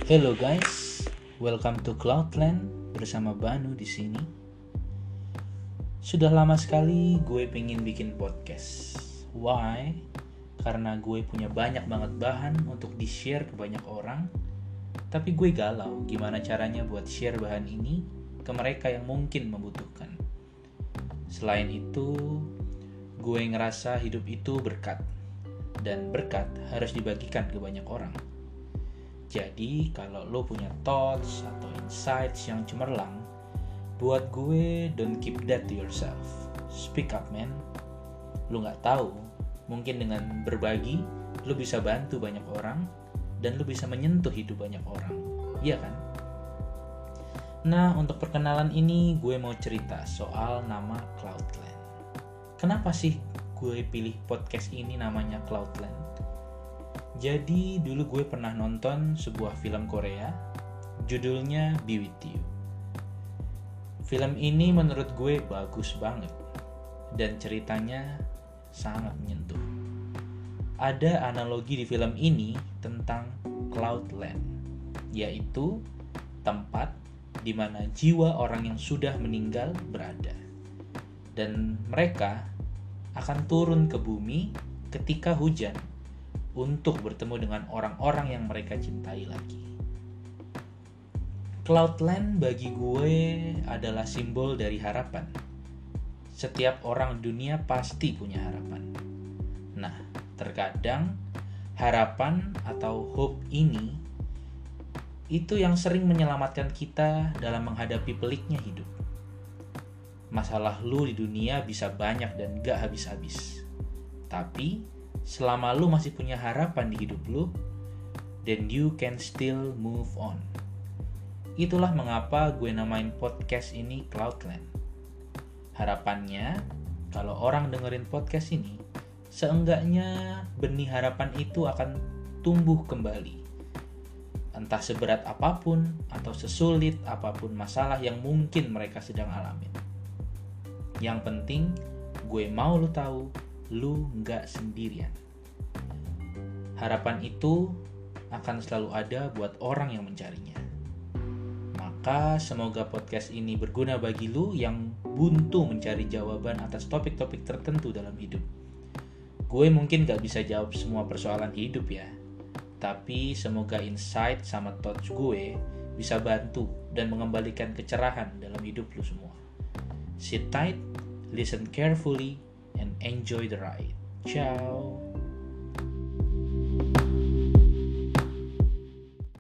Hello guys, welcome to Cloudland bersama Banu di sini. Sudah lama sekali gue pengen bikin podcast. Why? Karena gue punya banyak banget bahan untuk di-share ke banyak orang. Tapi gue galau gimana caranya buat share bahan ini ke mereka yang mungkin membutuhkan. Selain itu, gue ngerasa hidup itu berkat. Dan berkat harus dibagikan ke banyak orang. Jadi kalau lo punya thoughts atau insights yang cemerlang, buat gue don't keep that to yourself. Speak up man. Lo gak tahu, mungkin dengan berbagi lo bisa bantu banyak orang dan lo bisa menyentuh hidup banyak orang. Iya kan? Nah, untuk perkenalan ini gue mau cerita soal nama Cloudland. Kenapa sih gue pilih podcast ini namanya Cloudland? Jadi dulu gue pernah nonton sebuah film Korea, judulnya Be With You. Film ini menurut gue bagus banget dan ceritanya sangat menyentuh. Ada analogi di film ini tentang Cloudland, yaitu tempat di mana jiwa orang yang sudah meninggal berada. Dan mereka akan turun ke bumi ketika hujan untuk bertemu dengan orang-orang yang mereka cintai lagi. Cloudland bagi gue adalah simbol dari harapan. Setiap orang dunia pasti punya harapan. Nah, terkadang harapan atau hope ini itu yang sering menyelamatkan kita dalam menghadapi peliknya hidup. Masalah lu di dunia bisa banyak dan gak habis-habis. Tapi selama lu masih punya harapan di hidup lu, then you can still move on. Itulah mengapa gue namain podcast ini Cloudland. Harapannya, kalau orang dengerin podcast ini, seenggaknya benih harapan itu akan tumbuh kembali. Entah seberat apapun atau sesulit apapun masalah yang mungkin mereka sedang alamin. Yang penting, gue mau lu tahu, lu gak sendirian. Harapan itu akan selalu ada buat orang yang mencarinya. Maka semoga podcast ini berguna bagi lu yang buntu mencari jawaban atas topik-topik tertentu dalam hidup. Gue mungkin gak bisa jawab semua persoalan hidup ya, tapi semoga insight sama thoughts gue bisa bantu dan mengembalikan kecerahan dalam hidup lu semua. Sit tight, listen carefully, and enjoy the ride. Ciao.